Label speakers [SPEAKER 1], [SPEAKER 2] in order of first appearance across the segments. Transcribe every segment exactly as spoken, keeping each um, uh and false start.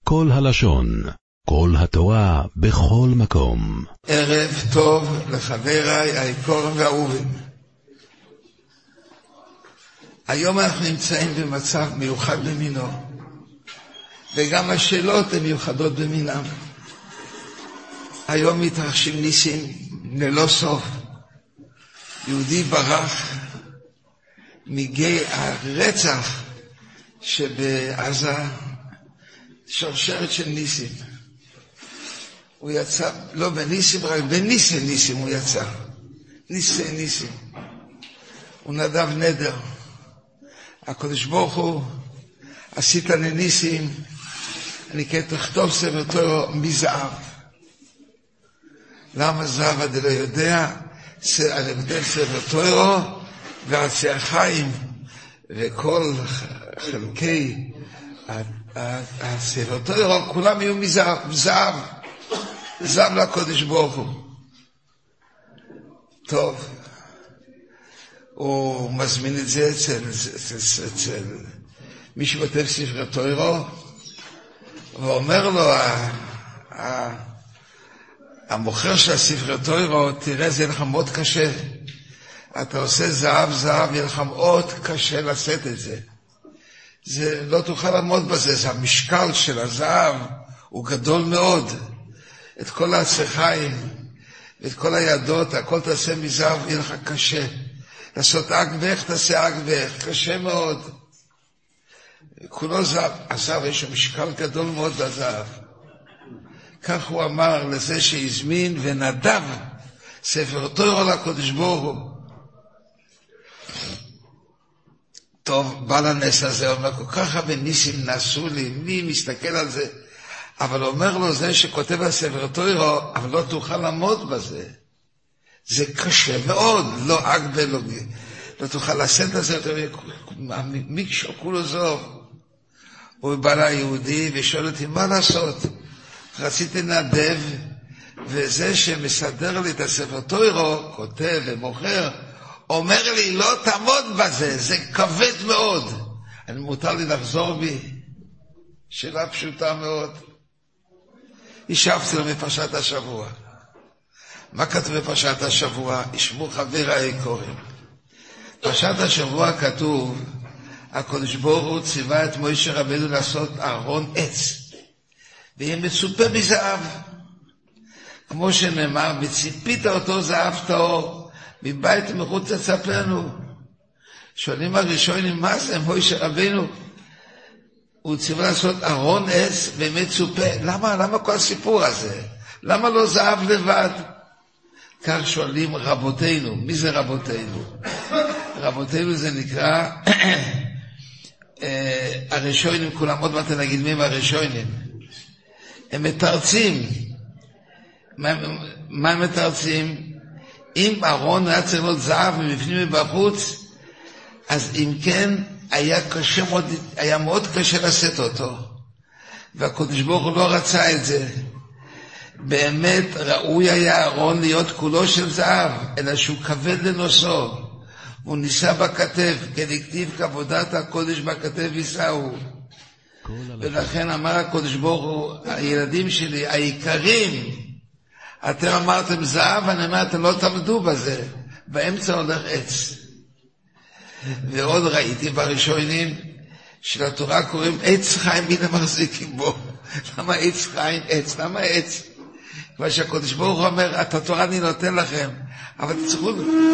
[SPEAKER 1] כל הלשון, כל התורה, בכל מקום.
[SPEAKER 2] ערב טוב לחבריי היקרים והאהובים. היום אנחנו נמצאים במצב מיוחד במינו, וגם השאלות הן מיוחדות במינם. היום מתרחשים ניסים ללא סוף. יהודי ברח מגי הרצח שבעזה, שרשרת של ניסים. הוא יצא, לא בניסים, רק בניסי ניסים הוא יצא. ניסי ניסים. הוא נדב נדר. הקדוש ברוך הוא, עשית לניסים, אני כתכתוב ספר תורה מזהב. למה זהב אני לא יודע? על הבדל ספר תורה ועצי החיים וכל חלקי הספר תורה, כולם יהיו מזהב. זהב. זהב לקדוש ברוך הוא. טוב. הוא מזמין את זה אצל, אצל, אצל מי שכותב ספר תורה, ואומר לו, ה, ה, המוכר של הספר תורה, תראה, זה יהיה לך מאוד קשה. אתה עושה זהב, זהב, יהיה לך מאוד קשה לשאת את זה. זה לא תוכל לעמוד בזה, זה המשקל של הזהב, הוא גדול מאוד. את כל העצחיים, ואת כל הידות, הכל תעשה מזהב, יהיה לך קשה. לעשות אגבך, תעשה אגבך, קשה מאוד. כולו זהב, הזהב יש לו משקל גדול מאוד בזהב. כך הוא אמר לזה שהזמין ונדב ספר תורה לקדוש ברוך הוא. טוב, בא לנס הזה, אומר, כל כך הרבה ניסים נעשו לי, מי מסתכל על זה? אבל אומר לו, זה שכותב על ספר תורה, אבל לא תוכל לעמוד בזה. זה קשה מאוד, לא אגבל, לא, לא תוכל לשאת את זה, מי כולו זוב. הוא בא ליהודי ושואל אותי, מה לעשות? רציתי לנדב, וזה שמסדר לי את הספר תורה, כותב ומוכר, אומר לי, לא תעמוד בזה, זה כבד מאוד. אני מותר לי לחזור בי. שאלה פשוטה מאוד. השבתי לו מפרשת השבוע. מה כתוב בפרשת השבוע? ישמעו חבריי היקרים. פרשת השבוע כתוב, הקדוש ברוך הוא ציווה את משה רבנו לעשות ארון עץ, ויהיה מצופה מזהב. כמו שנאמר, וציפית אותו זהב טהור, מבית מחוץ לצפנו. שואלים הראשונים, מה זה משה רבנו? הוא ציווה לעשות ארון עץ ומצופה. למה? למה כל הסיפור הזה? למה לא זהב לבד? כך שואלים רבותינו. מי זה רבותינו? רבותינו זה נקרא הראשונים, כולם עוד מעט נגיד מי הם הראשונים. הם מתרצים. מה, מה הם מתרצים? אם ארון היה צריך להיות זהב מבפנים ובחוץ, אז אם כן, היה קשה מאוד, היה מאוד קשה לשאת אותו. והקדוש ברוך הוא לא רצה את זה. באמת ראוי היה ארון להיות כולו של זהב, אלא שהוא כבד לנושאו. הוא ניסה בכתף, כדכתיב כעבודת הקודש בכתף יישאו. ולכן אמר הקדוש ברוך הוא, הילדים שלי, העיקרים, אתם אמרתם זהב, אני אומר, אתם לא תעמדו בזה. באמצע הולך עץ. ועוד ראיתי בראשונים של התורה קוראים עץ חיים, הנה מחזיקים בו. למה עץ חיים? עץ. למה עץ? כמו שהקדוש ברוך הוא אומר, את התורה אני נותן לכם, אבל תצטרכו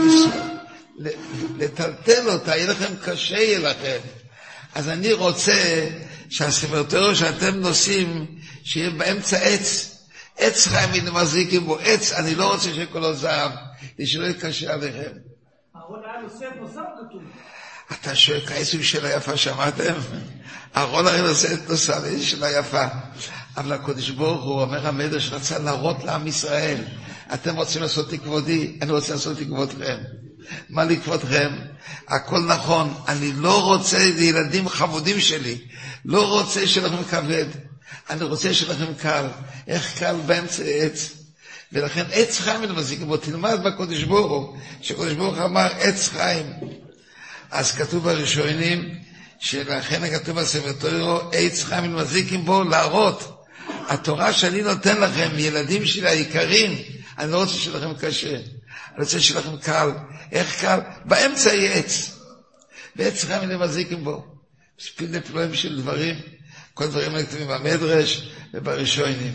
[SPEAKER 2] לטלטל אותה, יהיה לכם קשה, יהיה לכם. אז אני רוצה שהספר תורה שאתם נושאים, שיהיה באמצע עץ. עץ חיים, הנה מחזיקים בו. עץ, אני לא רוצה שכולו זהב, שלא יהיה קשה עליכם.
[SPEAKER 3] אהרון היה נושא את נוסף כתוב.
[SPEAKER 2] אתה שואל, כעס הוא שאלה יפה, שמעתם? אהרון הרי נושא את נוסף, איזה שאלה יפה. אבל הקדוש ברוך הוא אומר, המדרש רצה להראות לעם ישראל, אתם רוצים לעשות תכבודי, אני רוצה לעשות תכבודכם. מה לכבודכם? הכל נכון, אני לא רוצה לילדים חמודים שלי, לא רוצה שלכם כבד, אני רוצה שלכם קל. איך קל באמצע עץ? ולכן עץ חיים למזיקים בו, תלמד בקדוש ברוך הוא, שקדוש ברוך הוא אמר עץ חיים. אז כתוב בראשונים שלכן הכתוב בספר תורה, עץ חיים מזיקים בו להראות. התורה שאני נותן לכם, ילדים שלי היקרים, אני לא רוצה שלכם קשה, אני רוצה שלכם קל. איך קל? באמצע יהיה עץ. ועץ חיים מזיקים בו. ספיל לפלואים של דברים, כל דברים האלה כתובים במדרש ובראשונים.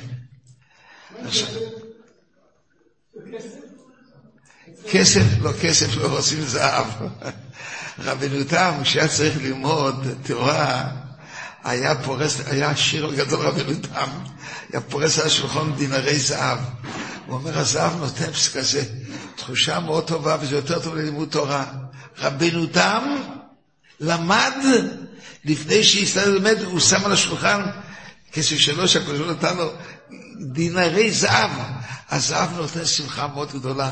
[SPEAKER 2] כסף, לא כסף, לא עושים זהב. רבנו תם, כשהיה צריך ללמוד תורה, היה פורס, היה שיר גדול רבנו תם, היה פורס על השולחן דינרי זהב. הוא אומר, הזהב נותן כזה תחושה מאוד טובה, וזה יותר טוב ללימוד תורה. רבנו תם למד, לפני שישראל למד, הוא שם על השולחן, כסף שלו, שהקדוש ברוך הוא נתן לו, דינרי זהב. הזהב נותן שמחה מאוד גדולה.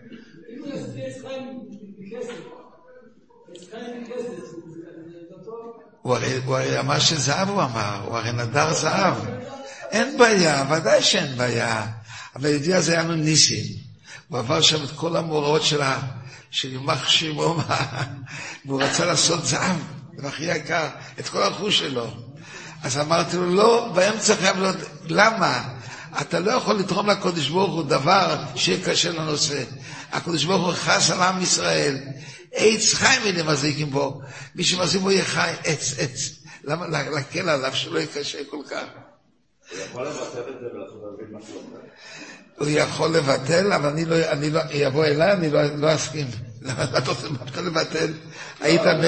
[SPEAKER 2] הוא הרי אמר שזהב הוא אמר, הוא הרי נדר זהב. אין בעיה, ודאי שאין בעיה. אבל ידיע הזה היה לנו ניסים. הוא עבר שם את כל המוראות שלה, של ימח שמו, והוא רצה לעשות זהב, והכי יקר, את כל הרכוש שלו. אז אמרתי לו, לא, באמצע חייב להיות, למה? אתה לא יכול לתרום לקודש ברוך הוא דבר שיהיה קשה לנושא. הקודש ברוך הוא חס על עם ישראל. עץ חיים אלה מזיקים בו. מי שמזיק בו יהיה חי, עץ, עץ. למה? להקל עליו שלא יהיה קשה כל כך.
[SPEAKER 4] הוא יכול לבטל את זה ולעשות להבין משהו אחר?
[SPEAKER 2] הוא יכול לבטל, אבל אני לא, אני לא, יבוא אליי, אני לא, לא אסכים. למה אתה רוצה לבטל? היית ב...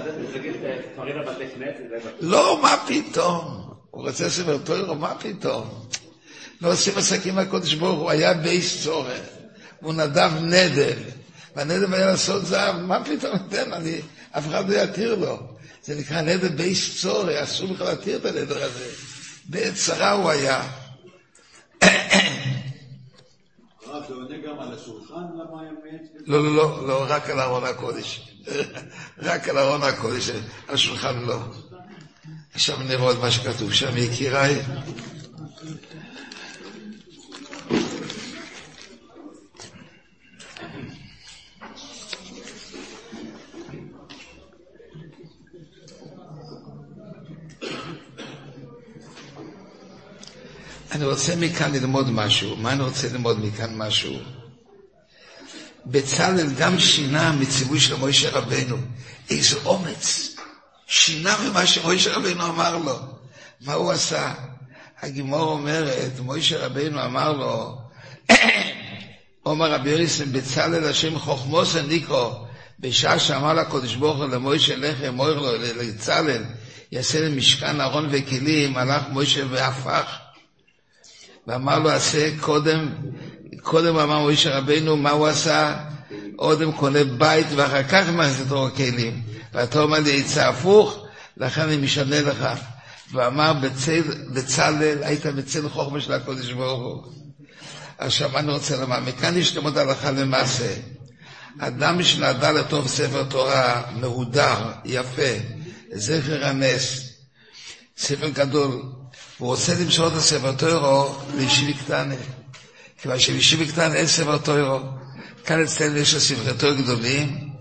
[SPEAKER 2] לא, מה פתאום? הוא רוצה ספר תורה, מה פתאום? לא עושים עסקים מהקודש ברוך הוא, היה בייס צורך. הוא נדב נדב. והנדב היה לעשות זהב, מה פתאום נתן? אני, אף אחד לא יתיר לו. זה נקרא נדב בייס צורך, אסור בכלל להתיר את הנדב הזה. בעת צרה הוא היה.
[SPEAKER 4] זה עונה גם על השולחן למה ימית?
[SPEAKER 2] לא, לא, לא, לא, רק על ארון הקודש. רק על ארון הקודש, על השולחן לא. עכשיו נראה מה שכתוב שם, יקיריי. אני רוצה מכאן ללמוד משהו. מה אני רוצה ללמוד מכאן משהו? בצלאל גם שינה מציווי של משה רבנו. איזה אומץ. שינה ממה שמשה רבנו אמר לו. מה הוא עשה? הגימור אומרת, משה רבנו אמר לו, אומר רבי יויסם, בצלאל השם חוכמוס ניקרו, בשעה שאמר לקדוש ברוך הוא למשה לך, אמר לו לצלאל, יעשה למשכן ארון וכלים, הלך משה והפך. ואמר לו, עשה קודם, קודם אמר משה רבנו, מה הוא עשה? קודם קונה בית, ואחר כך מכניס את אור הכלים. ואתה אומר לי, יצא הפוך, לכן אני משנה לך. ואמר, בצל, בצלאל, היית בצל חוכמה של הקודש ברוך הוא. עכשיו, אני רוצה לומר, מכאן יש למוד הלכה למעשה. אדם שנדע לטוב ספר תורה, מהודר, יפה, זכר הנס, ספר גדול, הוא רוצה למשור את הספר תורה לישיבי קטנה. כיוון שבישיבי קטנה אין ספר תורה. כאן אצלנו יש ספרי תורה גדולים,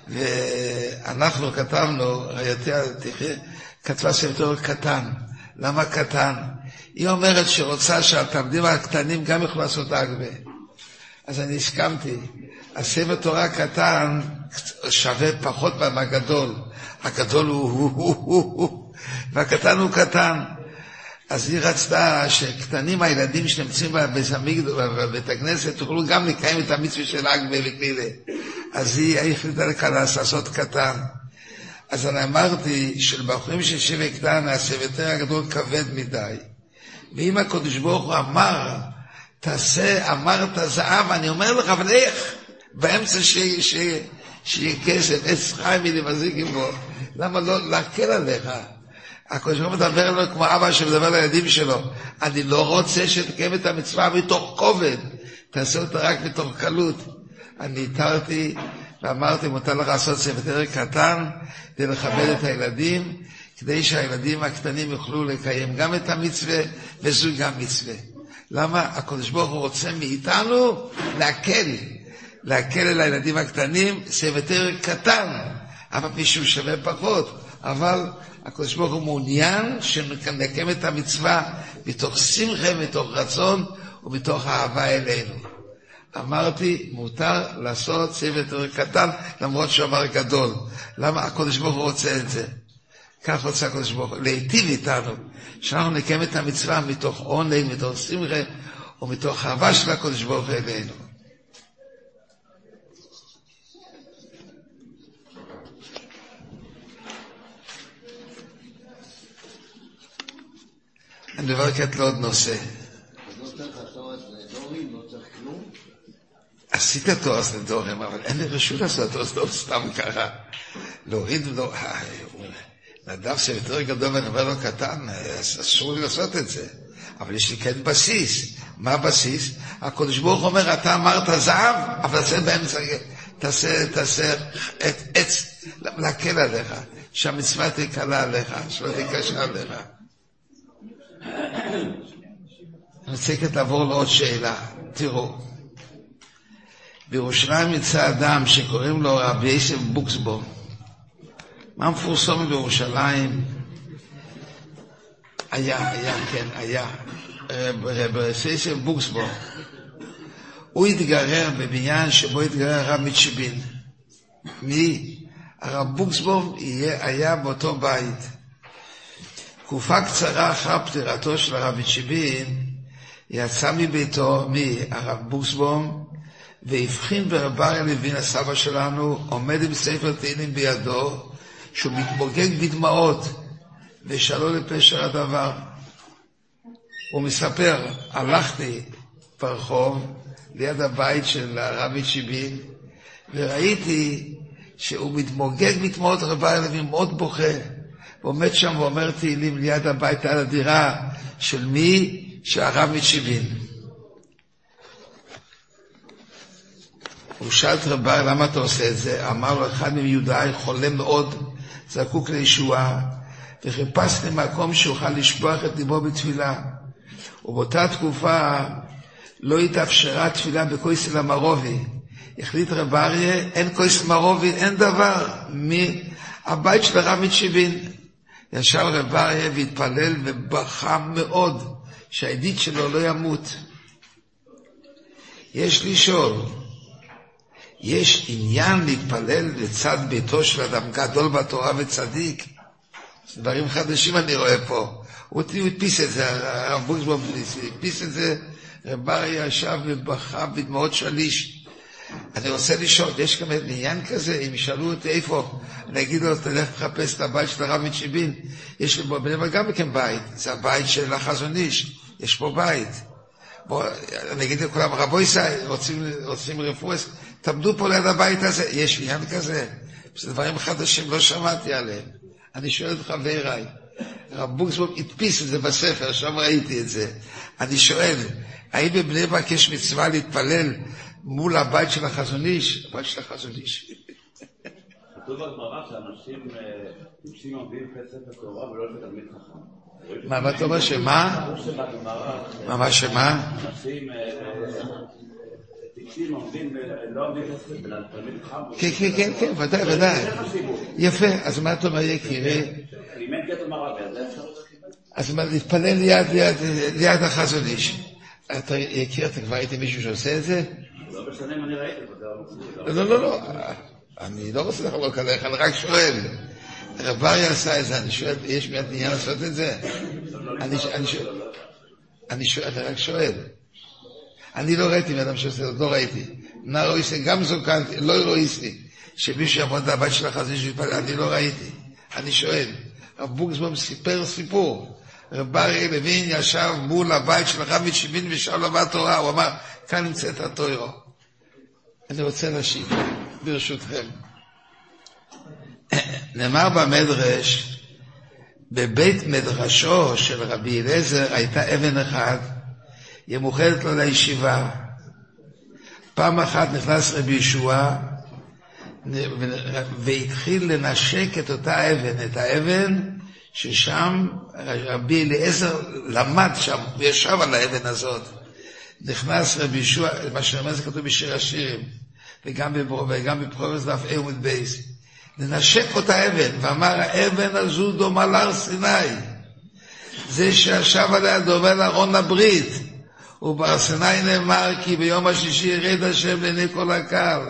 [SPEAKER 2] ואנחנו כתבנו, רעייתי כתבה ספר תורה קטן. למה קטן? היא אומרת שרוצה שהתלמידים הקטנים גם יוכלו לעשות אגבה. אז אני הסכמתי. הספר תורה קטן שווה פחות מהגדול. הגדול הוא הוא הוא הוא הוא, והקטן הוא קטן. אז היא רצתה שקטנים הילדים שנמצאים בבית הכנסת תוכלו גם לקיים את המצווה של אגבה וכלילה. אז היא החליטה לכנס לעשות קטן. אז אני אמרתי שלבחורים של שבע קטן הספר הגדול כבד מדי. ואם הקדוש ברוך הוא אמר, תעשה, אמרת זהב, אני אומר לך, אבל איך? באמצע שיהיה כסף, עץ חיים מלמזיקים בו. למה לא להקל עליך? הקדוש ברוך הוא מדבר עליו כמו אבא שמדבר לילדים שלו. אני לא רוצה שתקיים את המצווה מתוך כובד, תעשה אותה רק מתוך קלות. אני התרתי ואמרתי, מותר לך לעשות ספר קטן, כדי לכבד את הילדים, כדי שהילדים הקטנים יוכלו לקיים גם את המצווה, וזו גם מצווה. למה? הקדוש ברוך הוא רוצה מאיתנו להקל, להקל על הילדים הקטנים, ספר קטן, אבל מישהו שווה פחות. אבל הקדוש ברוך הוא מעוניין שנקיים את המצווה מתוך שמחה, מתוך רצון ומתוך אהבה אלינו. אמרתי, מותר לעשות צוות יותר קטן, למרות שהוא אמר גדול. למה הקדוש ברוך הוא רוצה את זה? כך רוצה הקדוש ברוך הוא, להיטיב איתנו, שאנחנו נקיים את המצווה מתוך עונג, מתוך שמחה, ומתוך אהבה של הקדוש ברוך הוא אלינו. אני מברכת לעוד נושא. עשית תורס לדורם, אבל אין לי רשות לעשות תורס, לא סתם ככה. להוריד, נדב שיותר גדול ואני אומר לו קטן, אסור לי לעשות את זה. אבל יש לי כן בסיס. מה הבסיס? הקדוש ברוך אומר, אתה אמרת זהב, אבל תעשה באמצע, תעשה, תעשה את עץ, להקל עליך, שהמצווה תקלה עליך, שלא תקשה עליך. אני רוצה לעבור לעוד שאלה. תראו, בירושלים יצא אדם שקוראים לו רבי יוסף בוקסבום. מה מפורסם בירושלים? היה, היה, כן, היה. רבי יוסף בוקסבום. הוא התגרר בבניין שבו התגרר הרב מצ'בין. מי? הרב בוקסבום היה באותו בית. תקופה קצרה אחר פטירתו של הרב מצ'בין, יצא מביתו מהרב בוקסבום, והבחין ברב אריה לוין הסבא שלנו, עומד עם ספר תהילים בידו, שהוא מתמוגג בדמעות, ושאלו לפשר הדבר. הוא מספר, הלכתי ברחוב, ליד הבית של הרב מצ'בין, וראיתי שהוא מתמוגג בדמעות, רב אריה לוין מאוד בוכה, ועומד שם ואומר תהילים ליד הבית על הדירה של מי? של הרב מצ'בין. הוא שאל את רב אריה, למה אתה עושה את זה? אמר לו, אחד מיודעי חולה מאוד, זקוק לישועה, וחיפשתי מקום שיוכל לשפוך את ליבו בתפילה. ובאותה תקופה לא התאפשרה תפילה בקויסל המרובי. החליט רב אריה, אין קויסל מרובי, אין דבר, מהבית של הרב מצ'בין. ישב רב אריה והתפלל ובכה מאוד שהעדית שלו לא ימות. יש לשאול, יש עניין להתפלל לצד ביתו של אדם גדול בתורה וצדיק? דברים חדשים אני רואה פה. הוא הדפיס את זה, הרב בוקסבום הדפיס את זה, רב אריה ישב ובכה בדמעות שליש. אני רוצה לשאול, יש גם עניין כזה, אם ישאלו אותי איפה, אני אגיד לו, תלך לחפש את הבית של הרב מצ'בין, יש לי בני ברק גם כן בית, זה הבית של החזון איש, יש פה בית. בוא, אני אגיד לכולם, רבו ישראל, רוצים, רוצים רפואס, תעמדו פה ליד הבית הזה, יש עניין כזה, זה דברים חדשים, לא שמעתי עליהם. אני שואל את חבריי, הרב בוקסבום הדפיס את זה בספר, שם ראיתי את זה. אני שואל, האם בבני ברק יש מצווה להתפלל מול הבית של החזון איש? הבית של החזון איש.
[SPEAKER 5] כתוב בגמרא שאנשים טיפשים עומדים אחרי ספר תורה ולא לתלמיד חכם.
[SPEAKER 2] מה, מה אתה אומר שמה? מה, מה שמה?
[SPEAKER 5] אנשים טיפשים עומדים ולא עומדים לתלמיד חכם.
[SPEAKER 2] כן, כן, כן, כן, ודאי, ודאי. יפה, אז מה אתה אומר יקירי?
[SPEAKER 5] אם אין גט ומראה, זה אפשר
[SPEAKER 2] אז מה, להתפלל ליד החזון איש. אתה יכיר, אתה כבר ראיתי מישהו שעושה את זה?
[SPEAKER 5] לא משנה אם אני ראיתי,
[SPEAKER 2] לא, לא, לא, לא. אני לא רוצה לחלוק עליך, אני רק שואל. רב אריה עשה את זה, אני שואל, יש מיד עניין לעשות את זה? אני שואל, אני רק שואל. אני לא ראיתי מאדם שעושה את זה, לא ראיתי. נער ראיתי, גם זוקנתי, לא ראיתי, שמישהו יעמוד בבית של החזון איש, אני לא ראיתי. אני שואל, רב בוקסבום סיפר סיפור. רב אריה לוין ישב מול הבית של הרב מצ'בין ושאל לו מה התורה, הוא אמר, כאן נמצאת התורה. אני רוצה להשיב, ברשותכם. נאמר במדרש, בבית מדרשו של רבי אליעזר הייתה אבן אחת, היא מוכרת לו לישיבה. פעם אחת נכנס רבי ישוע, והתחיל לנשק את אותה אבן, את האבן, ששם רבי אליעזר למד שם, וישב על האבן הזאת. נכנס רבי ישוע, מה שאומר זה כתוב בשיר השירים, וגם בבחורס דף עמוד בייס. לנשק אותה אבן, ואמר האבן הזו דומה להר סיני, זה שישב עליה דומה לארון הברית, ובהר סיני נאמר כי ביום השישי ירד השם לעיני כל הקהל.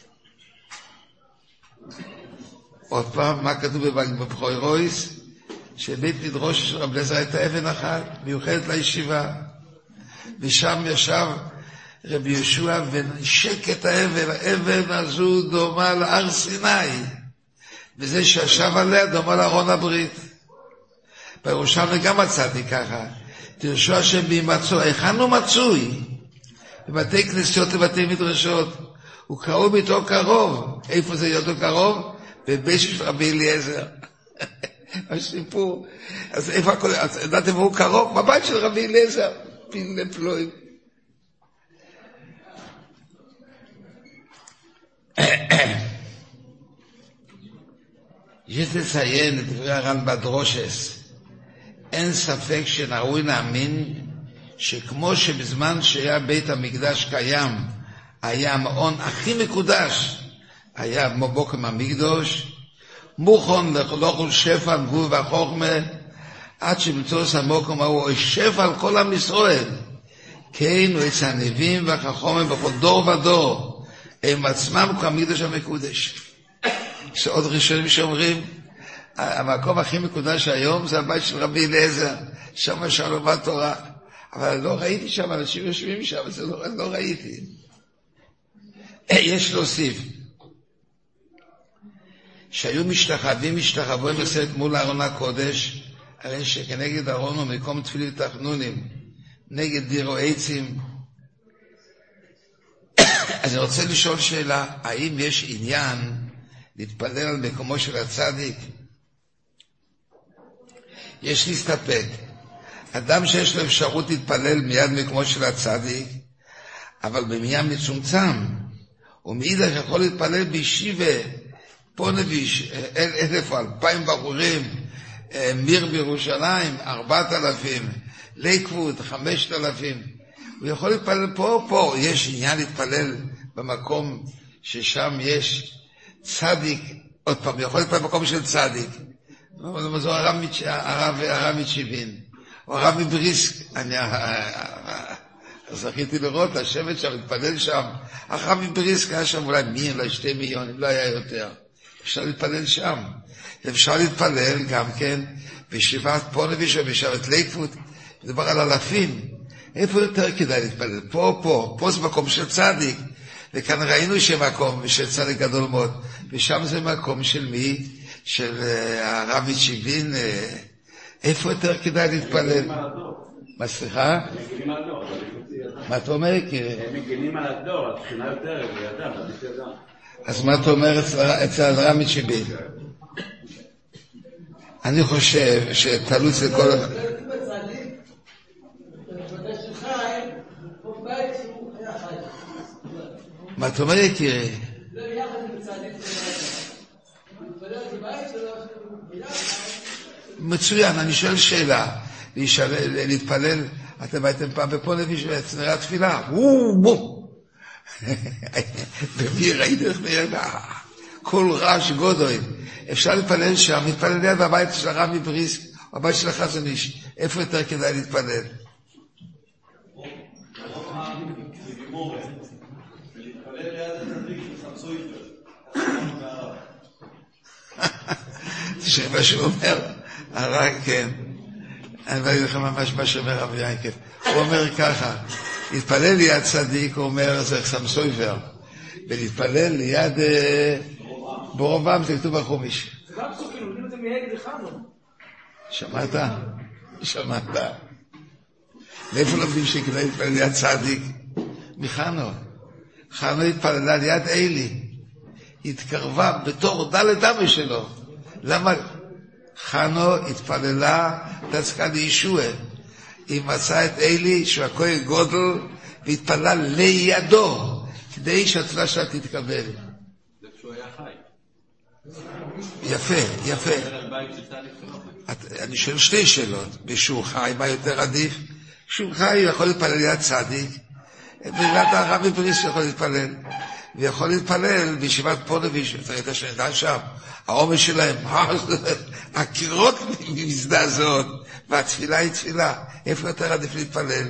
[SPEAKER 2] עוד פעם, מה כתוב בבחורויס? שבית מדרוש של רב אליעזר הייתה אבן אחת מיוחדת לישיבה, ושם ישב רבי יהושע ונשק את האבן, האבן הזו דומה להר סיני, וזה שישב עליה דומה לארון הברית. בירושלמי גם מצאתי ככה, תרשו השם בהימצאו, היכן הוא מצוי? בבתי כנסיות ובתי מדרשות, הוא קרוב איתו קרוב. איפה זה יותר קרוב? בבית של רבי אליעזר. הסיפור. אז איפה הכל, אז ידעתם הוא קרוב? בבית של רבי אליעזר, פיל לפלואים. יש לציין את דברי הר"ן בדרושס, אין ספק שנראוי להאמין שכמו שבזמן שהיה בית המקדש קיים, היה המעון הכי מקודש, היה מבוקם המקדוש, מוכן לאכול שפע גבול והחוכמה, עד שבמצוא המקום ההוא שפע על כל עם ישראל. כן, ואצל הנביאים והחכמים בכל דור ודור, הם עצמם כמקדש המקודש. יש עוד ראשונים שאומרים, המקום הכי מקודש היום זה הבית של רבי אליעזר, שם יש לומד תורה. אבל לא ראיתי שם, אנשים יושבים שם, זה לא, לא ראיתי. יש להוסיף, שהיו משתחווים משתחווים בסרט מול ארון הקודש, הרי שכנגד ארון הוא מקום תפילים תחנונים, נגד דירו עצים. אז אני רוצה לשאול שאלה, האם יש עניין להתפלל על מקומו של הצדיק? יש להסתפק. אדם שיש לו אפשרות להתפלל מיד מקומו של הצדיק, אבל במניין מצומצם, ומאידך יכול להתפלל בישיבה, פה נביש, אלף או אלפיים בחורים, מיר בירושלים, ארבעת אלפים, לייקווד, חמשת אלפים. הוא יכול להתפלל פה או פה. יש עניין להתפלל במקום ששם יש צדיק, עוד פעם, יכול להתפלל במקום של צדיק. זו הרב מצ'יבין, או הרב מבריסק, אני זכיתי לראות, לשבת שם, להתפלל שם. הרב מבריסק היה שם אולי מי, אולי שתי מיליון, אם לא היה יותר. אפשר להתפלל שם. אפשר להתפלל גם כן בישיבת פונביש או בישיבת לייקווד, מדובר על אלפים. איפה יותר כדאי להתפלל? פה או פה? פה זה מקום של צדיק, וכאן ראינו שמקום של צדיק גדול מאוד, ושם זה מקום של מי? של הרב מצ'יבין. איפה יותר כדאי להתפלל? מה סליחה?
[SPEAKER 5] הם מגינים על הדור.
[SPEAKER 2] מה אתה אומר?
[SPEAKER 5] הם מגינים על הדור, התחינה יותר, לידם, עדיף ידם.
[SPEAKER 2] אז מה אתה אומר אצל הרב מצ'יבין? אני חושב שתלוי אצל כל... מה אתה אומר, יקירי? מצוין, אני שואל שאלה. להתפלל, אתם הייתם פעם בפונביש וצנרי התפילה. וואו, בום. במי ראיתי איך נראה? כל רעש גודוי. אפשר להתפלל שם, להתפלל ליד בבית של הרב מבריסק, בבית של החזון איש. איפה יותר כדאי להתפלל? תשמע מה שהוא אומר, הרב, כן, אני בא לכם ממש מה שאומר רב יעקב, הוא אומר ככה, להתפלל ליד צדיק, הוא אומר, זה חסם סויבר, ולהתפלל ליד ברובם, זה כתוב בחומיש.
[SPEAKER 3] זה גם פסוקים, לומדים את זה מהגד אחד.
[SPEAKER 2] שמעת? שמעת. לאיפה לומדים שכדאי להתפלל ליד צדיק? מחנו. חנו התפללה ליד אלי. התקרבה בתור דלת אבא שלו. למה? חנו התפללה דווקא לישוע. היא מצאה את אלי שהוא הכהן גודל, והתפללה לידו, כדי שהתפילה שלה תתקבל.
[SPEAKER 4] זה כשהוא היה חי.
[SPEAKER 2] יפה, יפה. אני שואל שתי שאלות. בשהוא חי, מה יותר עדיף? כשהוא חי, הוא יכול להתפלל ליד צדיק. בגלל הרב מבריסק יכול להתפלל. ויכול להתפלל בישיבת פונביץ', אתה שנדע שם, העומס שלהם, הקירות מזדעזעות, והתפילה היא תפילה, איפה יותר עדיף להתפלל?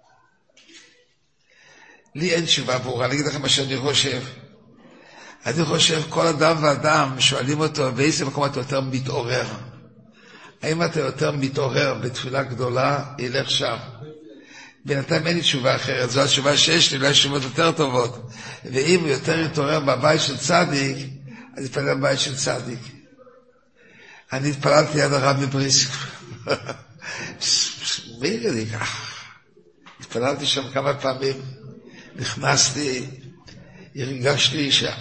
[SPEAKER 2] לי אין תשובה ברורה, אני אגיד לכם מה שאני חושב. אני חושב, כל אדם ואדם שואלים אותו, באיזה מקום אתה יותר מתעורר? האם אתה יותר מתעורר בתפילה גדולה, ילך שם. בינתיים אין לי תשובה אחרת, זו התשובה שיש לי, לא יש תשובות יותר טובות. ואם הוא יותר יתעורר בבית של צדיק, אני אתפלל בבית של צדיק. אני התפללתי יד הרב מבריסק. מירי לי כך. התפללתי שם כמה פעמים, נכנסתי, הרגשתי שה...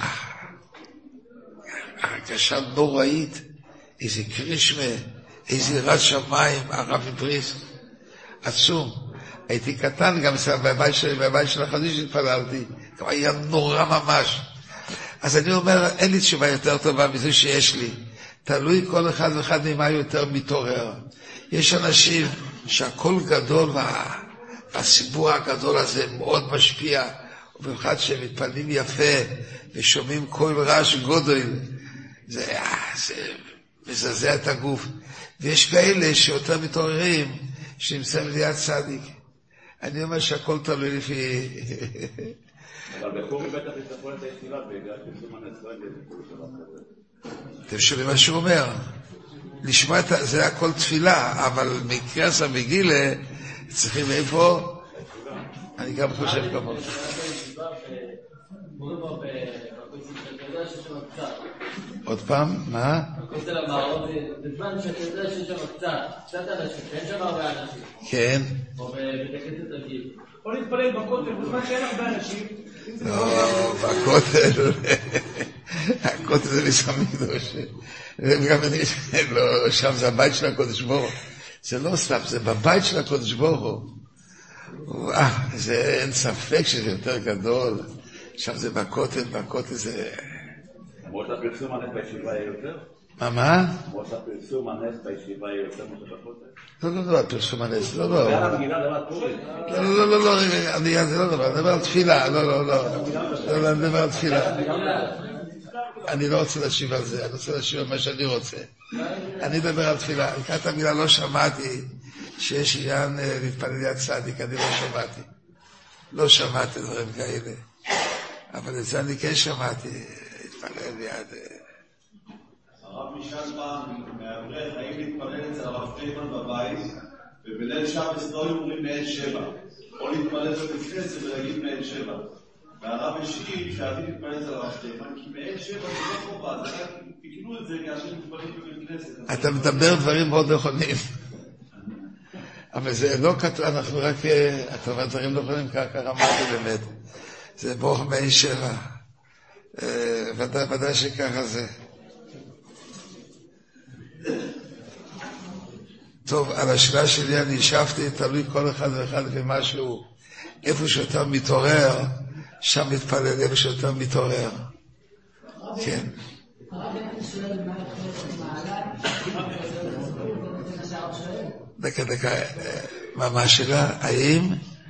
[SPEAKER 2] הרגשה נוראית, איזה קרישמה, איזה יראת שמיים, הרב מבריסק. עצום. הייתי קטן גם בבית של, בבית של החדיש התפללתי, כבר היה נורא ממש. אז אני אומר, אין לי תשובה יותר טובה מזה שיש לי. תלוי כל אחד ואחד ממה יותר מתעורר. יש אנשים שהכל גדול, וה, והסיפור הגדול הזה מאוד משפיע, ובמיוחד שהם מתפללים יפה, ושומעים כל רעש גודל, זה, זה מזעזע את הגוף. ויש כאלה שיותר מתעוררים, שנמצאים ליד צדיק. אני אומר שהכל תלוי לפי...
[SPEAKER 5] אבל בחורי בטח יצטרכו את הישיבה, בגלל שפרסום הנס לא יהיה סיפור של אחרת.
[SPEAKER 2] אתם שומעים מה שהוא אומר? לשמוע את זה הכל תפילה, אבל מקרה סמגילה צריכים איפה? אני גם חושב כמוך. עוד פעם, מה?
[SPEAKER 6] הכותל המערבי, בזמן שאתה יודע שיש שם קצת, קצת אנשים, אין שם הרבה אנשים.
[SPEAKER 2] כן.
[SPEAKER 6] או בקטת הגיל.
[SPEAKER 3] או להתפלל בכותל, בזמן שאין הרבה אנשים.
[SPEAKER 2] לא, בכותל, הכותל זה מסמי קדוש. וגם אני, לא, שם זה הבית של הקודש ברוך. זה לא סתם, זה בבית של הקודש ברוך. אה, זה אין ספק שזה יותר גדול. שם זה בכותל, בכותל זה...
[SPEAKER 5] למרות הפרסום הנס בישיבה יהיה יותר?
[SPEAKER 2] מה, מה?
[SPEAKER 5] למרות הפרסום הנס בישיבה יהיה יותר מאשר בכותל?
[SPEAKER 2] לא, לא, לא, פרסום הנס, לא, לא.
[SPEAKER 5] זה על המגילה דבר פורי.
[SPEAKER 2] לא, לא, לא, לא, אני לא מדבר, אני מדבר על תפילה, לא, לא, לא. לא, אני מדבר על תפילה. אני לא רוצה להשיב על זה, אני רוצה להשיב על מה שאני רוצה. אני מדבר על תפילה. לקראת המילה לא שמעתי שיש עניין להתפלל ליד צדיק, אני לא שמעתי. לא שמעתי דברים כאלה. אבל את זה אני כן שמעתי, להתפלל ליד...
[SPEAKER 4] הרב נשאל פעם מהאברך, האם להתפלל אצל הרב פרידמן בבית, ובליל שבת לא אומרים מעל שבע, או להתפלל בבית כנסת ולהגיד מעל שבע. והרב השיב שעדיף להתפלל אצל הרב פרידמן, כי מעל שבע זה לא חובה, זה רק תקנו את זה כאשר מתפללים בבית כנסת.
[SPEAKER 2] אתה מדבר דברים מאוד נכונים. אבל זה לא כתוב, אנחנו רק, אתה אומר דברים נכונים, ככה אמרתי באמת. זה ברוך מעל שבע. ודאי, ודאי שככה זה. טוב, על השאלה שלי אני השבתי, תלוי כל אחד ואחד במשהו. איפה שאתה מתעורר, שם מתפלל, איפה שאתה מתעורר. כן. דקה, דקה, מה השאלה? האם?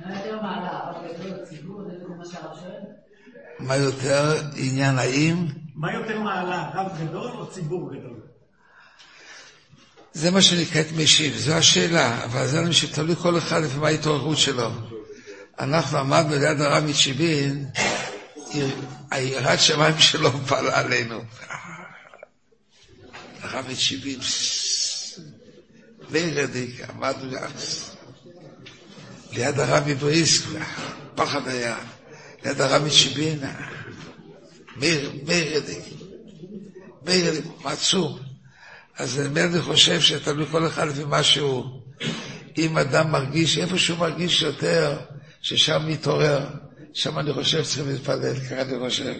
[SPEAKER 2] מה יותר עניין האם?
[SPEAKER 3] מה יותר מעלה, רב גדול או ציבור גדול?
[SPEAKER 2] זה מה שאני כעת משיב, זו השאלה, אבל זה אני שתלוי כל אחד לפי מה ההתעוררות שלו. אנחנו עמדנו ליד הרב מצ'יבין, היראת שמיים שלו פעלה עלינו. הרב מצ'יבין, וירדיק, עמדנו ליד הרב מבריסק, פחד היה, ליד הרב מצ'יבין, וירדיק, וירדיק, מעצום. אז אני חושב שתלוי כל אחד לפי משהו, אם אדם מרגיש, איפה שהוא מרגיש יותר, ששם מתעורר, שם אני חושב צריכים להתפלל, ככה אני חושב.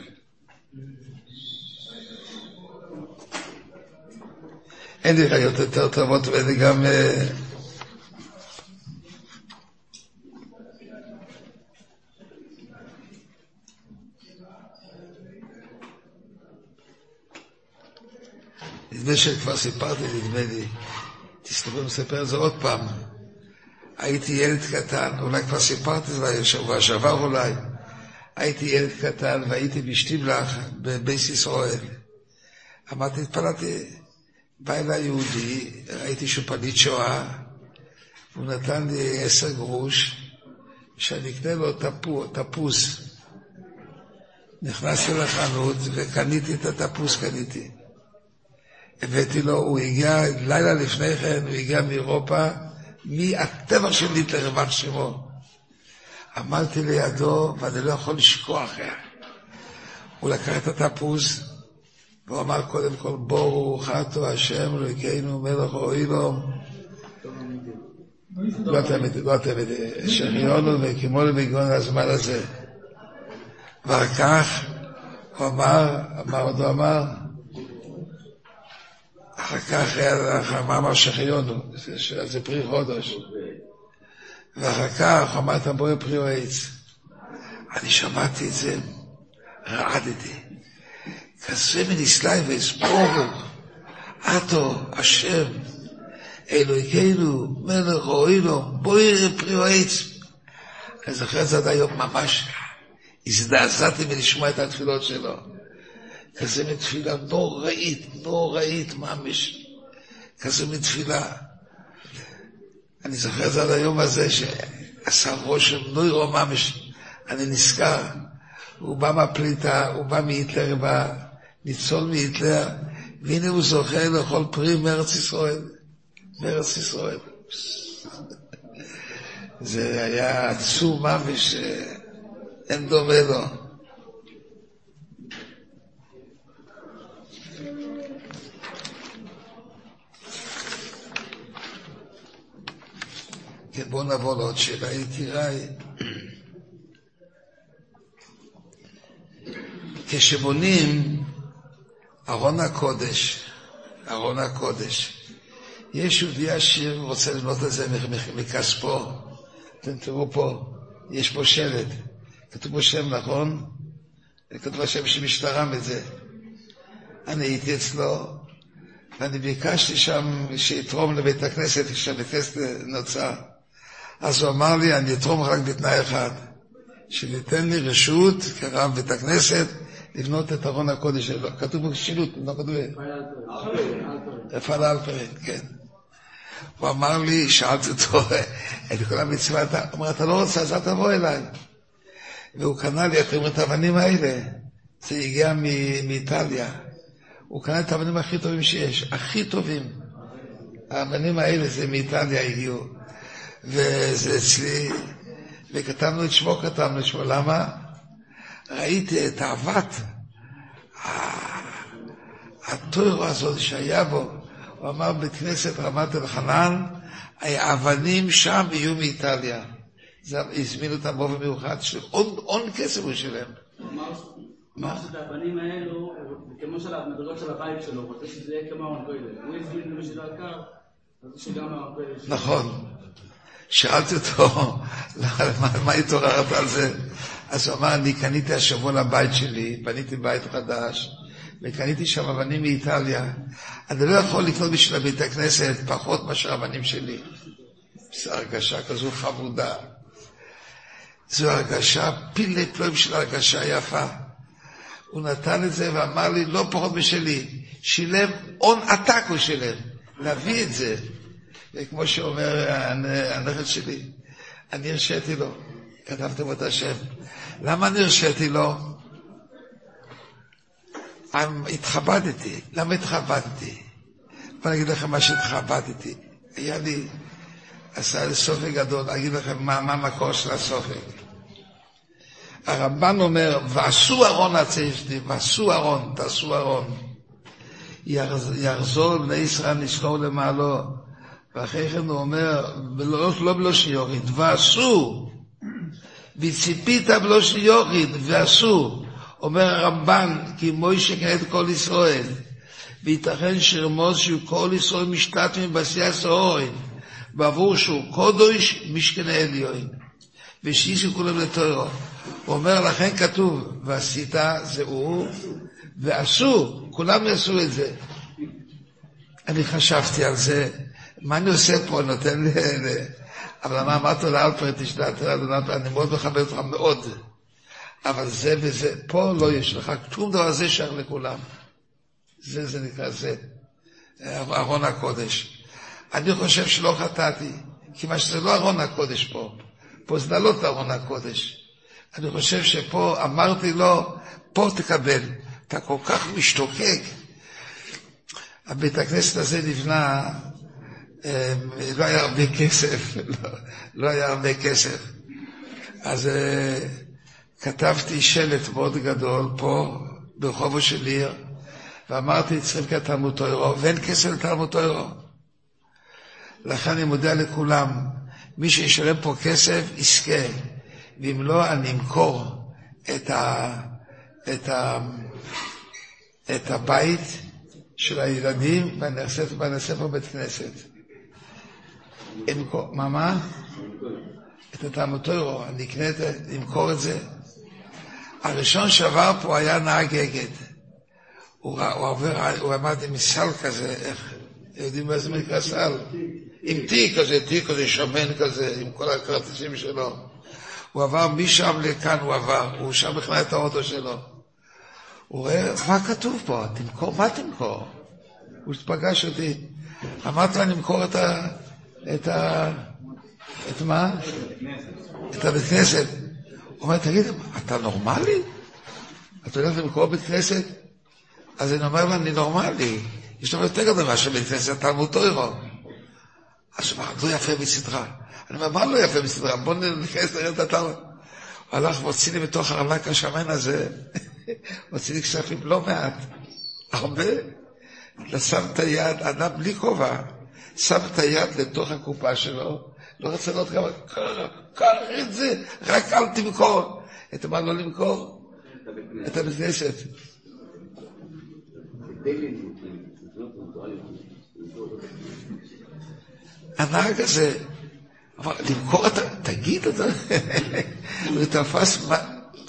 [SPEAKER 2] אין לי ראיות יותר טובות, ואני גם... נדמה שכבר סיפרתי, נדמה לי, תסתובב לספר את זה עוד פעם. הייתי ילד קטן, אולי כבר סיפרתי את זה שבוע שעבר אולי. הייתי ילד קטן והייתי בשטיבלח בבייס ישראל. אמרתי, התפללתי, בא אליי יהודי, ראיתי שהוא פליט שואה, הוא נתן לי עשר גרוש, שאני אקנה לו תפו, תפוס. נכנסתי לחנות וקניתי את התפוס, קניתי. הבאתי לו, הוא הגיע, לילה לפני כן, הוא הגיע מאירופה, מהטבע של היטלר, רבן שמו. עמדתי לידו, ואני לא יכול לשכוח. הוא לקח את התפוס, והוא אמר קודם כל, ברוך אתה השם אלוהינו מלך העולם. לא תמיד, לא תמיד, שריונו וקימונו בגאון הזמן הזה. ואחר כך הוא אמר, מה עוד הוא אמר? אחר כך מה אמר שחיונו, זה פרי חודש. ואחר כך הוא אמר את הבואי פרי עץ. אני שמעתי את זה, רעדתי. כזה מניסלאי והספורוך, אתו, השם, אלוהינו, מלך העולם, בואי פרי עץ. אני זוכר את זה עד היום ממש, הזדעזעתי מלשמוע את התפילות שלו. כזה מתפילה נוראית, נוראית ממש. כזה מתפילה. אני זוכר את זה עד היום הזה, שעשה רושם נוירו ממש. אני נזכר, הוא בא מהפליטה, הוא בא מהיטלר, בא ניצול מהיטלר, והנה הוא זוכה לכל פרי מארץ ישראל. מארץ ישראל. זה היה עצום ממש, אין דומה לו. כן, בואו נבוא לעוד שאלה, יקיריי. כשבונים ארון הקודש, ארון הקודש, יש יהודי עשיר ורוצה לבנות את זה מכספו. אתם תראו פה, יש פה שלט. כתוב פה שם, נכון? כתוב השם שמשתרם את זה. אני הייתי אצלו, ואני ביקשתי שם שיתרום לבית הכנסת, כשבית הכנסת נוצר. אז הוא אמר לי, אני אתרום רק בתנאי אחד, שניתן לי רשות, כרב בית הכנסת, לבנות את ארון הקודש שלו. כתוב פה שילוט, לא כתוב? רפאל אלפרין, כן. הוא אמר לי, שאלתי אותו, את כל המצווה, הוא אומר, אתה לא רוצה, אז אל תבוא אליי. והוא קנה לי, אתם אומרים, את האבנים האלה, זה הגיע מאיטליה. הוא קנה את האבנים הכי טובים שיש, הכי טובים. האבנים האלה זה מאיטליה הגיעו. וזה אצלי, וכתבנו את שמו, כתבנו את שמו, למה? ראיתי את אהבת התורה הזאת שהיה בו. הוא אמר, בית כנסת רמת אלחנן, האבנים שם יהיו מאיטליה. הזמינו אותם באופן מיוחד, און כסף הוא שלהם.
[SPEAKER 6] מה? את האבנים האלו, כמו של המדרגות של הבית שלו, הוא רוצה שזה יהיה כמו המנכוילה. הוא הזמין למי שזה הקר, אז שגם המנכוילה.
[SPEAKER 2] נכון. שאלתי אותו, מה התעוררת על זה? אז הוא אמר, אני קניתי השבוע לבית שלי, בניתי בית חדש, וקניתי שם אבנים מאיטליה. אני לא יכול לקנות בשביל בית הכנסת פחות מאשר אבנים שלי. זו הרגשה כזו חמודה. זו הרגשה, פילי פלואים של הרגשה יפה. הוא נתן את זה ואמר לי, לא פחות משלי. שילם, און עתק הוא שילם. להביא את זה. וכמו שאומר הנכד שלי, אני הרשיתי לו. כתבתם את השם. למה אני הרשיתי לו? התחבדתי. למה התחבדתי? בוא נגיד לכם מה שהתחבדתי. היה לי, עשה לי סופק גדול. אגיד לכם מה, מה המקור של הסופק. הרמב"ן אומר, ועשו ארון הציישתי, ועשו ארון, תעשו ארון. יחזור בני ישראל נזכור למעלו. ואחרי כן הוא אומר, לא, לא בלא שיוריד, ועשו. וציפית בלא שיוריד, ועשו. אומר הרמב"ן, כי מוישה קנה את כל ישראל. וייתכן שרמוז שהוא כל ישראל משתתפים בעשייה סוהרין. בעבור שהוא קודש משכנה עליון. ושישו כולם לתורו. הוא אומר, לכן כתוב, ועשית זה הוא, ועשו, כולם יעשו את זה. אני חשבתי על זה, מה אני עושה פה, נותן לי, אבל מה אמרת לאלפרד, תשתת, אני מאוד מכבד אותך מאוד. אבל זה וזה, פה לא יש לך, שום דבר זה שייך לכולם. זה, זה נקרא זה, ארון הקודש. אני חושב שלא חטאתי, כי מה שזה לא ארון הקודש פה, פה זה לא ארון הקודש. אני חושב שפה אמרתי לו, פה תקבל, אתה כל כך משתוקק. הבית הכנסת הזה נבנה, לא היה הרבה כסף, לא, לא היה הרבה כסף. אז כתבתי שלט מאוד גדול פה, ברחובו של עיר, ואמרתי, צריכים כתלמוד תורה, ואין כסף לתלמוד תורה. לכן אני מודה לכולם, מי שישלם פה כסף, יזכה. ואם לא, אני אמכור את, ה, את, ה, את הבית של הילדים, ואני אעשה, ואני אעשה פה בית כנסת. אמכור, מה, מה? את התלמוד תורה, אני אקנה את זה, אמכור את זה. הראשון שעבר פה היה נהג אגד. הוא, הוא, עובר, הוא עמד עם סל כזה, איך, יודעים מה זה נקרא סל? עם תיק כזה, תיק כזה שמן כזה, עם כל הכרטיסים שלו. הוא עבר משם לכאן, הוא עבר, הוא שם בכלל את האוטו שלו. הוא רואה, מה כתוב פה? תמכור, מה תמכור? הוא פגש אותי. אמרתי לה, נמכור את ה... את ה... את מה? את הבית כנסת. הוא אומר, תגיד, אתה נורמלי? אתה הולך למכור בית כנסת? אז אני אומר לה, אני נורמלי. יש לנו יותר גדול מאשר בית כנסת, תלמוד תורה. אז הוא אמר, לא יפה בסדרה. אני אומר, מה לא יפה בסדרה? בוא נכנס לראות את התלמוד. הוא הלך והוציא לי בתוך הארנק השמן הזה, הוציא לי כספים לא מעט, הרבה. שם את היד, אדם בלי כובע, שם את היד לתוך הקופה שלו, לא רוצה לראות כמה, קח את זה, רק אל תמכור. את מה לא למכור? את הבית כנסת. הנהג הזה, אמר, למכור את ה... תגיד, אתה... הוא תפס מה...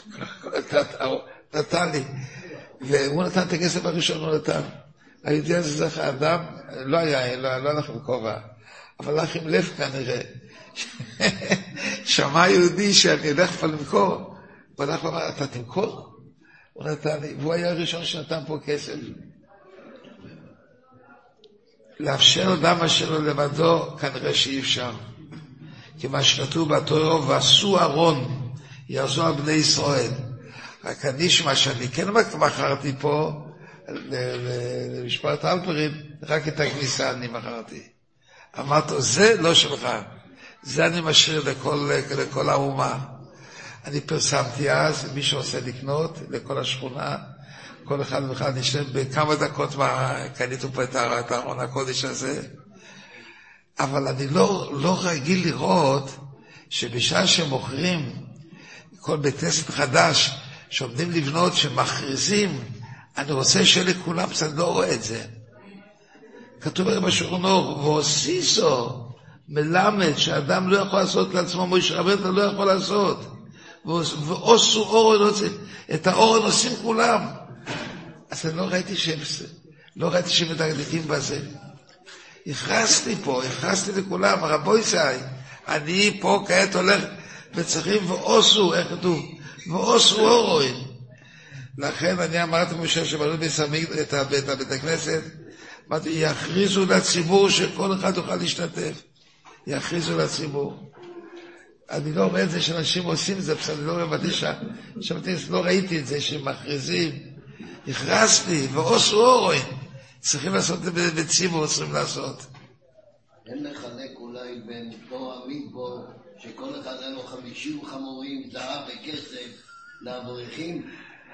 [SPEAKER 2] נתן לי. והוא נתן את הכסף הראשון, הוא נתן. הידיע הזה זך האדם, לא היה, לא הלך עם כובע, אבל הלך עם לב כנראה. שמע יהודי שאני הולך פה למכור, הוא הלך ואמר, אתה תמכור? הוא נתן לי, והוא היה הראשון שנתן פה כסף. לאפשר אדם אשר לבדו, כנראה שאי אפשר. כי מה שכתוב בתורה, ועשו ארון, יעזו על בני ישראל. רק הנשמע שאני כן מכרתי פה, למשפט אלפרים, רק את הכניסה אני מכרתי. אמרתי, זה לא שלך, זה אני משאיר לכל, לכל האומה. אני פרסמתי אז, מי שרוצה לקנות, לכל השכונה, כל אחד ואחד נשלם בכמה דקות מה קניתו פה את הארון הקודש הזה. אבל אני לא, לא רגיל לראות שבשעה שמוכרים כל בית כנסת חדש שעומדים לבנות, שמכריזים, אני רוצה שלכולם, אני לא רואה את זה. כתוב הרי בשולחן ערוך, והוסיסו מלמד שאדם לא יכול לעשות לעצמו, מוישה רבנו לא יכול לעשות. ועושו אורן, את האורן עושים כולם. אז אני לא ראיתי שהם, לא ראיתי שהם מדקדקים בזה. הכרסתי פה, הכרסתי לכולם, רבוי זי, אני פה כעת הולך וצריכים ועושו, איך כתוב? ועושו אורן. לכן אני אמרתי משה שבנו בסמיג את בית הכנסת, אמרתי, יכריזו לציבור שכל אחד יוכל להשתתף. יכריזו לציבור. אני לא רואה את זה שאנשים עושים את זה, אני לא רואה בדישה, לא ראיתי את זה שמכריזים. הכרסתי, ועושו אורן. צריכים לעשות את זה בציבור, צריכים לעשות.
[SPEAKER 7] אין לחלק אולי בין תור המדבור, שכל אחד היה לו חמישים חמורים, זהב וכסף, לאברכים?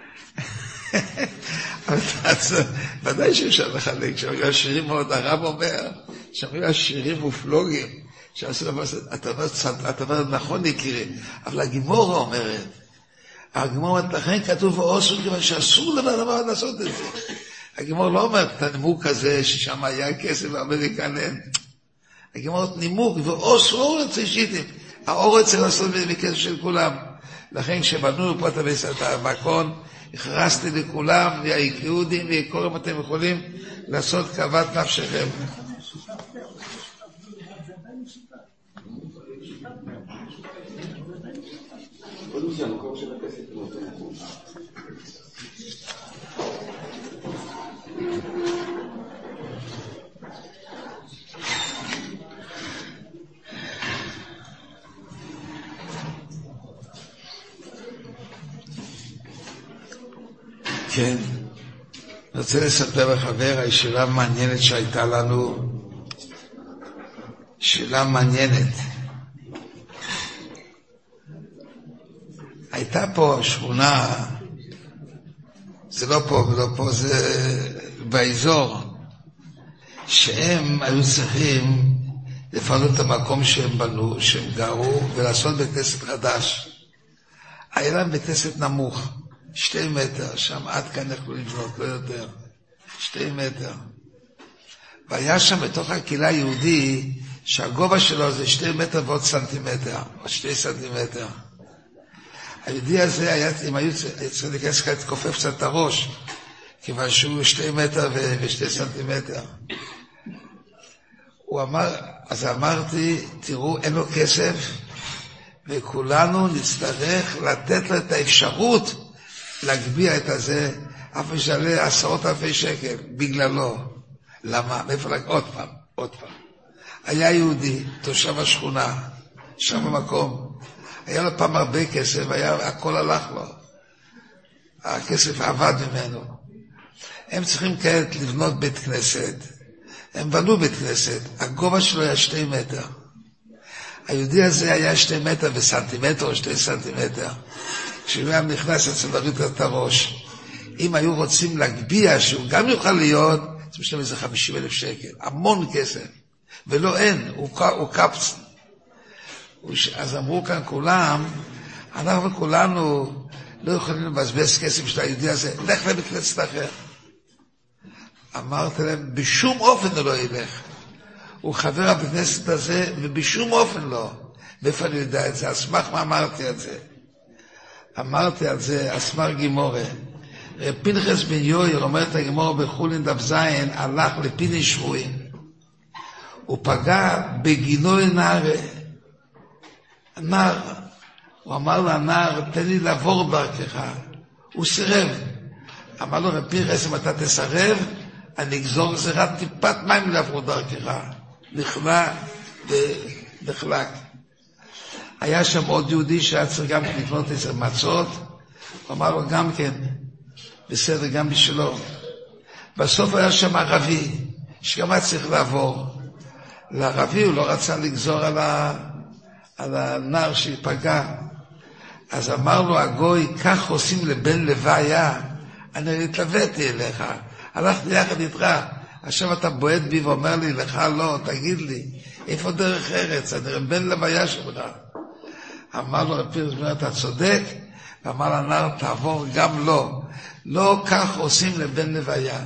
[SPEAKER 2] ודאי שאפשר לחלק, שהיו עשירים מאוד, הרב אומר, שהיו עשירים מופלוגים, שעשו דבר נכון יקרה, אבל הגימורה אומרת, הגימורה אומרת, לכן כתוב ועושו, כיוון שאסור לדבר לעשות את זה. הגימור לא אומרת את הנימוק הזה ששם היה כסף באמריקן אין. הגימור אומרת נימוק ועושו אורץ שיטים. האורץ צריך לעשות בכסף של כולם. לכן כשבנו פה את המקום, הכרסתי לכולם, יהודים ויקורם אתם יכולים לעשות כאוות נפשכם.
[SPEAKER 5] קודם שהמקור של הכסף הוא אותו מקום.
[SPEAKER 2] כן, אני רוצה לספר לחבר הישיבה מעניינת שהייתה לנו, שאלה מעניינת. הייתה פה שכונה, זה לא פה ולא פה, זה באזור, שהם היו צריכים לפנות את המקום שהם בנו, שהם גרו, ולעשות בית כנסת חדש. היה להם בית כנסת נמוך, שתי מטר, שם עד כאן יכלו לבנות, לא יותר, שתי מטר. והיה שם בתוך הקהילה היהודי, שהגובה שלו זה שתי מטר ועוד סנטימטר, או שתי סנטימטר. היהודי הזה, היה, אם היו צריכים להיכנס כאן, תקופף קצת את הראש, כיוון שהוא שתי מטר ו- ושתי סנטימטר. הוא אמר, אז אמרתי, תראו, אין לו כסף, וכולנו נצטרך לתת לו את האפשרות להגביע את הזה, אף משלה עשרות אלפי שקל, בגללו. למה? מאיפה להגיד? עוד פעם, עוד פעם. היה יהודי, תושב השכונה, שם במקום. היה לו פעם הרבה כסף, היה, הכל הלך לו. הכסף עבד ממנו. הם צריכים כעת לבנות בית כנסת. הם בנו בית כנסת. הגובה שלו היה שתי מטר. היהודי הזה היה שתי מטר וסנטימטר או שתי סנטימטר. כשהוא היה נכנס אצל להוריד את הראש. אם היו רוצים להגביע שהוא גם יוכל להיות, זה משלם איזה חמישים אלף שקל. המון כסף. ולא אין, הוא, הוא קפץ. אז אמרו כאן כולם, אנחנו כולנו לא יכולים לבזבז כסף של היהודי הזה, לך לבית כנסת אחר. אמרתי להם, בשום אופן הוא לא ילך. הוא חבר הבית כנסת הזה, ובשום אופן לא. מאיפה אני יודע את זה? אסמך מה אמרתי את זה? אמרתי על זה, אסמר גימורה. פנחס בן יויר, אומרת הגימורה בחולין דף זין, הלך לפיני שבויים. הוא פגע בגינו לנער. הנער, הוא אמר לנער, תן לי לעבור דרכך. הוא סירב. אמר לו, רבי פנחס, אם אתה תסרב, אני אגזור גזירת טיפת מים לעבור דרכך. נכנע ונחלק. היה שם עוד יהודי שהיה צריך גם לקנות איזה מצות. הוא אמר לו גם כן, בסדר, גם בשבילו. בסוף היה שם ערבי, שגם היה צריך לעבור. לערבי הוא לא רצה לגזור על, ה... על הנער שיפגע. אז אמר לו הגוי, כך עושים לבן לוויה, אני התלוויתי אליך, הלכתי יחד איתך, עכשיו אתה בועט בי ואומר לי, לך לא, תגיד לי, איפה דרך ארץ, אני בן לוויה שלך. אמר לו רבי פנחס, אתה צודק, ואמר לנער, תעבור גם לא, לא כך עושים לבן לוויה.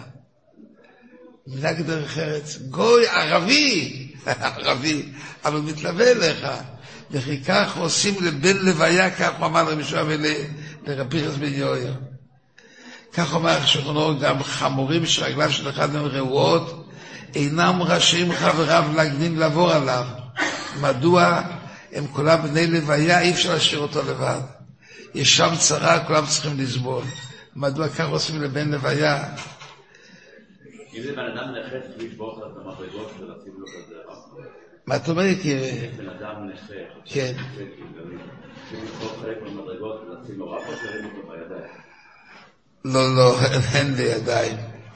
[SPEAKER 2] מנהג דרך ארץ, גוי ערבי, ערבי, אבל הוא מתלווה אליך, וכי כך עושים לבן לוויה, כך הוא אמר לרבי שועה ולרבי פנחס בן יויר. כך אומר שכונו, גם חמורים שרגליו של אחד מהם רעועות, אינם רשאים חבריו להגנים לעבור עליו. מדוע? הם כולם בני לוויה, אי אפשר להשאיר אותו לבד. יש שם צרה, כולם צריכים לסבול. מדוע כך עושים לבן לוויה?
[SPEAKER 5] אם זה בן אדם נחש, לשבור את המדרגות ולשים לו כזה רב.
[SPEAKER 2] מה אתה אומר? כי...
[SPEAKER 5] בן אדם נחש.
[SPEAKER 2] כן.
[SPEAKER 5] לשבור חלק מהמדרגות ולשים לו רב, או שרים אותו בידיים?
[SPEAKER 2] לא, לא, אין בידיים.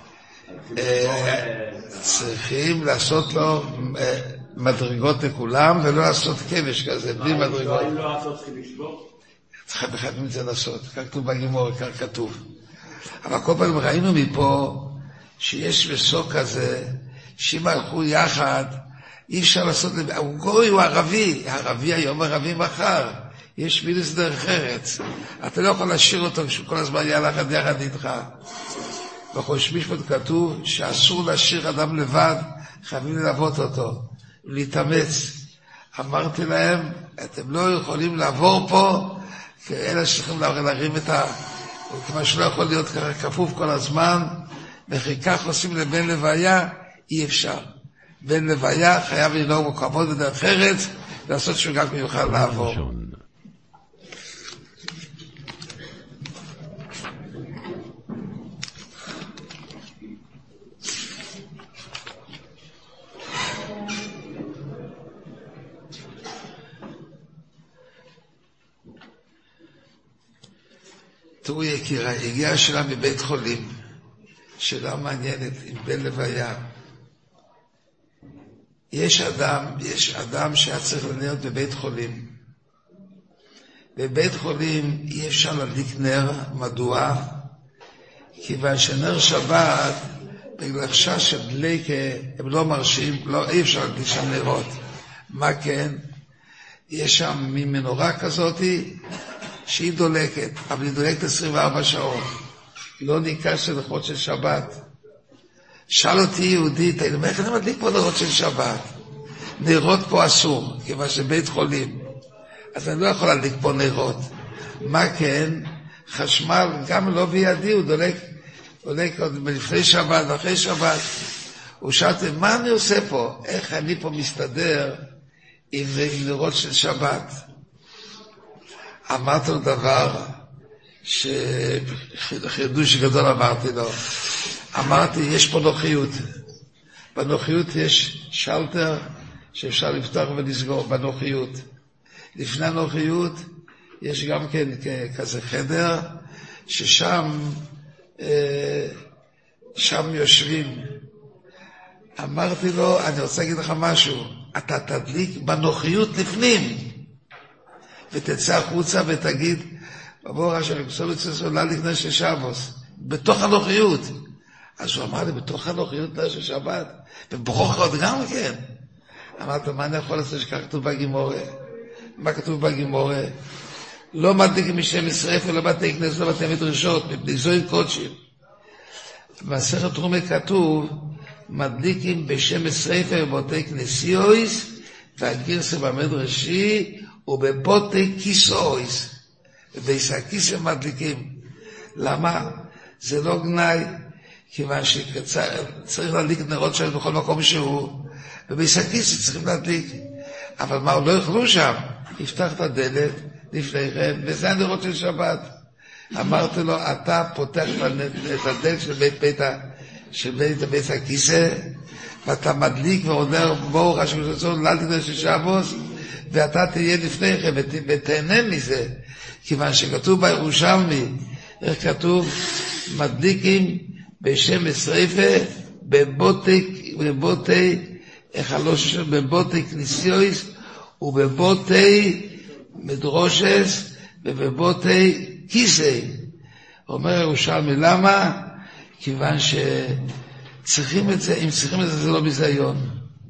[SPEAKER 2] צריכים לעשות לו מדרגות לכולם, ולא לעשות כבש כזה, בלי מדרגות.
[SPEAKER 5] אם לא לעשות, צריכים לשבור?
[SPEAKER 2] צריכים בחייבים את זה לעשות, כך כתוב בגימור, כך כתוב. אבל כל פעם ראינו מפה, שיש בסוק כזה, שאם הלכו יחד, אי אפשר לעשות, הוא גוי, הוא ערבי, ערבי היום, ערבי מחר, יש מילס דרך ארץ, אתה לא יכול להשאיר אותו כשהוא כל הזמן יחד יחד איתך. בחוש משפט כתוב שאסור להשאיר אדם לבד, חייבים ללוות אותו, להתאמץ. אמרתי להם, אתם לא יכולים לעבור פה, כאלה שצריכים להרים את ה... כמו שלא יכול להיות ככה כפוף כל הזמן, וכי כך עושים לבן לוויה, אי אפשר. בן לוויה חייב לנהוג בכבוד בדרך ארץ, לעשות שהוא גם יוכל לעבור. תראו יקירה, הגיעה שאלה מבית חולים, שאלה מעניינת, עם בן לוויה. יש אדם, יש אדם שהיה צריך לנהל בבית חולים. בבית חולים אי אפשר להדליק נר, מדוע? כיוון שנר שבת, בגלל חשש של דליקה, הם לא מרשים, לא, אי אפשר להדליק שם נרות. מה כן? יש שם ממנורה כזאת שהיא דולקת, אבל היא דולקת עשרים וארבע שעות. לא ניקש ללכות של שבת. שאל אותי יהודית, אני אומר, איך אני מדליק פה נרות של שבת? נרות פה אסור, כיוון שבית חולים. אז אני לא יכול להדליק פה נרות. מה כן? חשמל, גם לא בידי, הוא דולק, דולק עוד לפני שבת ואחרי שבת. הוא שאלתי, מה אני עושה פה? איך אני פה מסתדר עם נרות של שבת? אמרתי לו דבר, שחידוש גדול אמרתי לו. אמרתי, יש פה נוחיות. בנוחיות יש שלטר שאפשר לפתוח ולסגור בנוחיות. לפני הנוחיות יש גם כן כזה חדר ששם שם יושבים. אמרתי לו, אני רוצה להגיד לך משהו, אתה תדליק בנוחיות לפנים ותצא החוצה ותגיד בבורא של אקסולוציוס עולה לפני של שבוס בתוך הנוחיות. אז הוא אמר לי, בתוך הנוחיות נר של שבת ובברוכות גם כן. אמרתי, מה אני יכול לעשות שכך כתוב בגימורה? מה כתוב בגימורה? לא מדליקים משם ישראל ולא בתי כנסת, לא בתי מדרשות, מפני זוהים קודשים. במסכת תרומה כתוב, מדליקים בשם ישראל ובבתי כנסיות, והגרסה במדרשי ובבתי כיסאויס. ובייס הכיסא מדליקים. למה? זה לא גנאי, כיוון שצריך להדליק נרות שלנו בכל מקום שהוא, ובייס הכיסא צריכים להדליק. אבל מה, לא יוכלו שם? יפתח את הדלת לפניכם, וזה הנרות של שבת. אמרתי לו, אתה פותח את הדלת של בית בית, של בית בית הכיסא, ואתה מדליק ואומר, בואו רשם שצור, להדליק של שבוס, ואתה תהיה לפניכם ותהנה מזה. כיוון שכתוב בירושלמי, איך כתוב? מדליקים בשם שריפה בבותי, בבותי, חלוש, בבותי כניסיוס ובבותי מדרושס ובבותי כיסא. אומר ירושלמי, למה? כיוון שצריכים את זה, אם צריכים את זה זה לא ביזיון.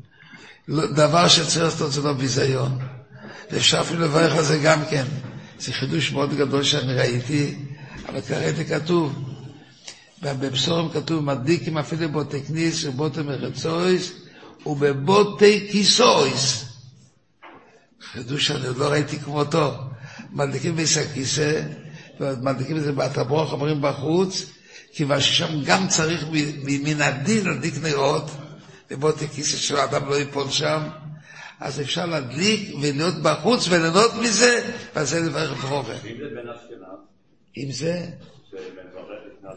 [SPEAKER 2] דבר שצריך לעשות זה לא ביזיון. ואפשר אפילו לברך על זה גם כן. זה חידוש מאוד גדול שאני ראיתי, אבל כרגע כתוב, בבשורים כתוב, מדליקים אפילו בבותי כניס ובבותי מרצויס ובבותי כיסאויס. חידוש שאני עוד לא ראיתי כמותו. מדליקים בייס הכיסא, ומדליקים את זה בתברוך, אומרים בחוץ, כיוון ששם גם צריך מן הדין להדליק נרות, בבותי כיסא שהאדם לא ייפול שם, אז אפשר להדליק ולהיות בחוץ וליהנות מזה, ועל זה לברך ברוכה. אם זה בין אשכנז? אם זה? שמברך לפני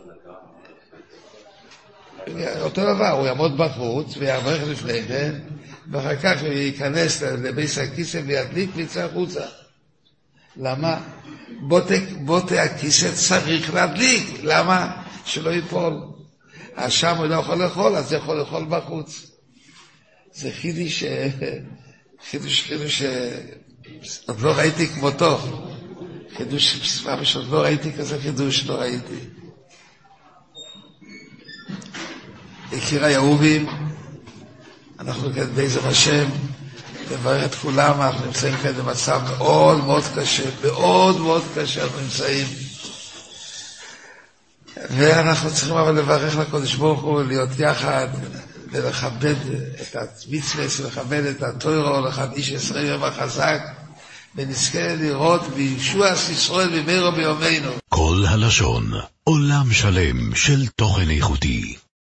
[SPEAKER 2] הדלקה? אותו דבר, הוא יעמוד בחוץ ויברך לפני כן, ואחר כך הוא ייכנס לבייס הכיסא וידליק ויצא החוצה. למה? בוטי הכיסא צריך להדליק. למה? שלא ייפול. אז שם הוא לא יכול לאכול, אז הוא יכול לאכול בחוץ. זה חידוש, חידוש, חידוש, עוד לא ראיתי כמותו. חידוש, עוד לא ראיתי כזה חידוש, לא ראיתי. יקירי אהובים, אנחנו כאן בעזר השם, לברך את כולם, אנחנו נמצאים כאן במצב מאוד מאוד קשה, מאוד מאוד קשה אנחנו נמצאים. ואנחנו צריכים אבל לברך לקודש ברוך הוא, להיות יחד, ולכבד את המצווה, ולכבד את התורה, ולכבד איש ישראל החזק, ונזכה לראות בישוע ישראל במהרה בימינו.
[SPEAKER 1] כל הלשון, עולם שלם של תוכן איכותי.